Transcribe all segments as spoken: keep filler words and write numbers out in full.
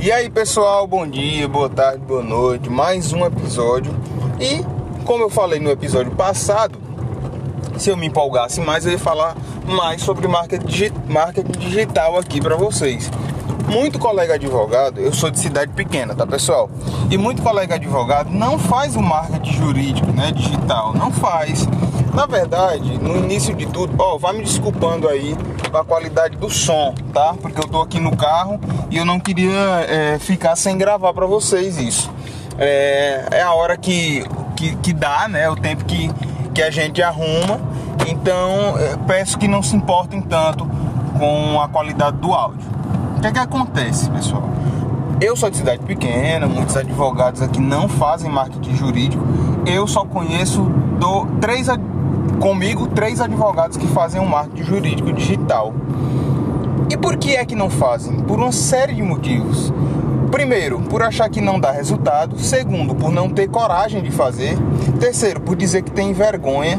E aí pessoal, bom dia, boa tarde, boa noite, mais um episódio. E como eu falei no episódio passado, se eu me empolgasse mais eu ia falar mais sobre marketing digital aqui para vocês. Muito colega advogado, eu sou de cidade pequena, tá pessoal? E muito colega advogado não faz o marketing jurídico, né, digital, não faz. Na verdade, no início de tudo, ó, vai me desculpando aí com a qualidade do som, tá? Porque eu tô aqui no carro e eu não queria é, ficar sem gravar pra vocês isso. É, é a hora que, que, que dá, né? O tempo que, que a gente arruma. Então, peço que não se importem tanto com a qualidade do áudio. O que é que acontece, pessoal? Eu sou de cidade pequena, muitos advogados aqui não fazem marketing jurídico. Eu só conheço do, três advogados. Comigo, três advogados que fazem um marketing jurídico digital. E por que é que não fazem? Por uma série de motivos. Primeiro, por achar que não dá resultado. Segundo, por não ter coragem de fazer. Terceiro, por dizer que tem vergonha.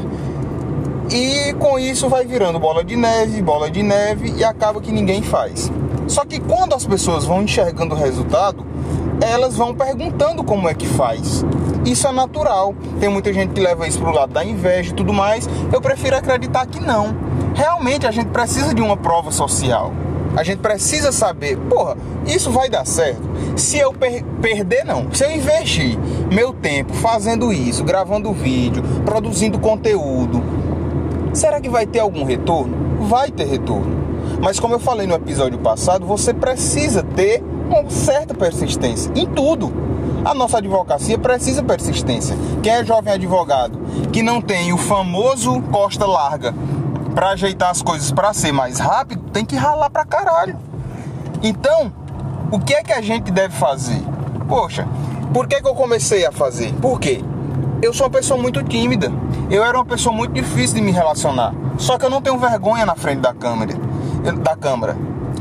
E com isso vai virando bola de neve, bola de neve e acaba que ninguém faz. Só que quando as pessoas vão enxergando o resultado, elas vão perguntando como é que faz. Isso é natural. Tem muita gente que leva isso pro lado da inveja e tudo mais. Eu prefiro acreditar que não. Realmente a gente precisa de uma prova social. A gente precisa saber, porra, isso vai dar certo? Se eu per- perder, não. Se eu investir meu tempo fazendo isso, gravando vídeo, produzindo conteúdo, será que vai ter algum retorno? Vai ter retorno. Mas como eu falei no episódio passado, você precisa ter uma certa persistência em tudo. A nossa advocacia precisa persistência. Quem é jovem advogado que não tem o famoso costa larga para ajeitar as coisas para ser mais rápido, tem que ralar pra caralho. Então, o que é que a gente deve fazer? Poxa, por que que eu comecei a fazer? Por quê? Eu sou uma pessoa muito tímida. Eu era uma pessoa muito difícil de me relacionar. Só que eu não tenho vergonha na frente da câmera. Da câmera.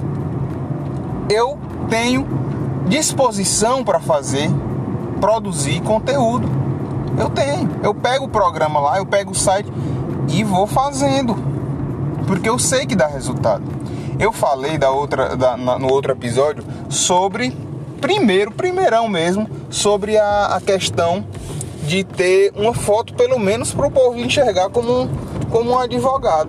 Eu tenho disposição para fazer, produzir conteúdo. Eu tenho. Eu pego o programa lá, eu pego o site e vou fazendo. Porque eu sei que dá resultado. Eu falei da outra, da, na, no outro episódio sobre, primeiro, primeirão mesmo, sobre a, a questão de ter uma foto, pelo menos, para o povo enxergar como, como um advogado.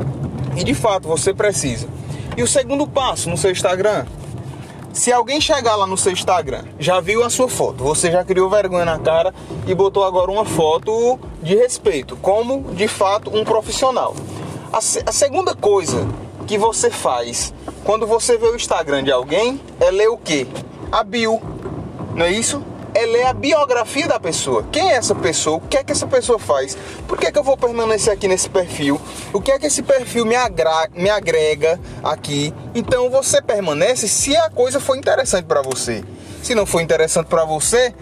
E de fato, você precisa. E o segundo passo no seu Instagram: se alguém chegar lá no seu Instagram, já viu a sua foto, você já criou vergonha na cara e botou agora uma foto de respeito, como de fato um profissional. A, se- a segunda coisa que você faz quando você vê o Instagram de alguém é ler o quê? A bio, não é isso? É ler a biografia da pessoa. Quem é essa pessoa? O que é que essa pessoa faz? Por que é que eu vou permanecer aqui nesse perfil? O que é que esse perfil me, agra- me agrega aqui? Então você permanece se a coisa for interessante para você. Se não for interessante para você,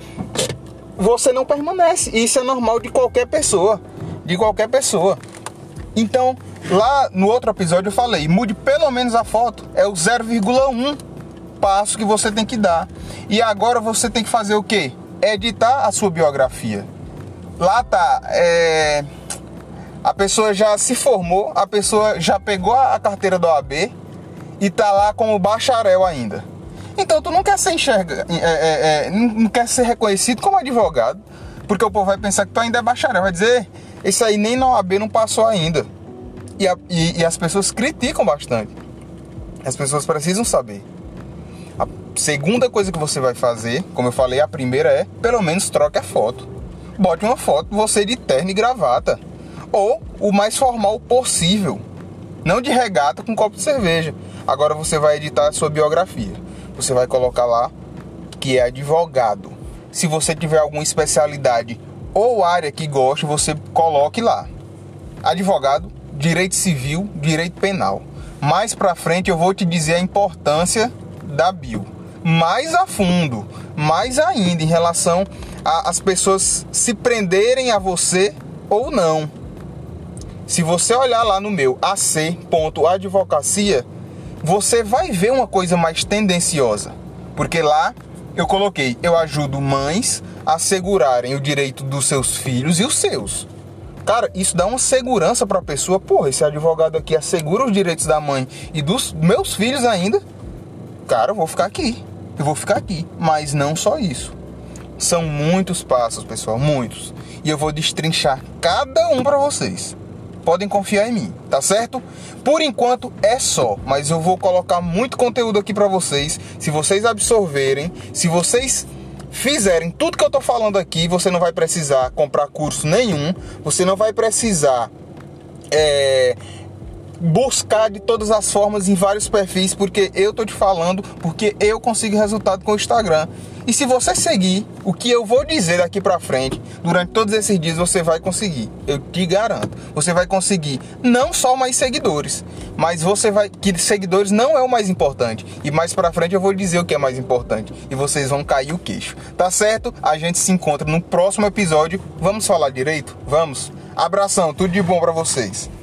você não permanece. Isso é normal de qualquer pessoa. De qualquer pessoa. Então, lá no outro episódio eu falei, mude pelo menos a foto. É o zero vírgula um passo que você tem que dar. E agora você tem que fazer o quê? Editar a sua biografia. Lá tá, é... a pessoa já se formou, a pessoa já pegou a carteira da O A B e tá lá como bacharel ainda. Então tu não quer ser enxerga, é, é, é, não quer ser reconhecido como advogado, porque o povo vai pensar que tu ainda é bacharel, vai dizer, esse aí nem na O A B não passou ainda. E, a, e, e as pessoas criticam bastante. As pessoas precisam saber. A segunda coisa que você vai fazer, como eu falei, a primeira é, pelo menos troque a foto. Bote uma foto, você de terno e gravata. Ou o mais formal possível. Não de regata com copo de cerveja. Agora você vai editar a sua biografia. Você vai colocar lá que é advogado. Se você tiver alguma especialidade ou área que goste, você coloque lá. Advogado, direito civil, direito penal. Mais pra frente eu vou te dizer a importância da bio, mais a fundo, mais ainda em relação às pessoas se prenderem a você ou não. Se você olhar lá no meu A C ponto advocacia, você vai ver uma coisa mais tendenciosa, porque lá eu coloquei, eu ajudo mães a assegurarem o direito dos seus filhos e os seus. Cara, isso dá uma segurança pra pessoa. Porra, esse advogado aqui assegura os direitos da mãe e dos meus filhos ainda. Cara, eu vou ficar aqui. eu vou ficar aqui. Mas não só isso. São muitos passos, pessoal, muitos. E eu vou destrinchar cada um para vocês. Podem confiar em mim, tá certo? Por enquanto é só, mas eu vou colocar muito conteúdo aqui para vocês. Se vocês absorverem, se vocês fizerem tudo que eu tô falando aqui, você não vai precisar comprar curso nenhum, você não vai precisar é, buscar de todas as formas em vários perfis, porque eu tô te falando, porque eu consigo resultado com o Instagram. E se você seguir o que eu vou dizer daqui pra frente, durante todos esses dias você vai conseguir, eu te garanto. Você vai conseguir não só mais seguidores, mas você vai, que seguidores não é o mais importante. E mais pra frente eu vou dizer o que é mais importante, e vocês vão cair o queixo, tá certo? A gente se encontra no próximo episódio. Vamos falar direito? Vamos? Abração, tudo de bom pra vocês.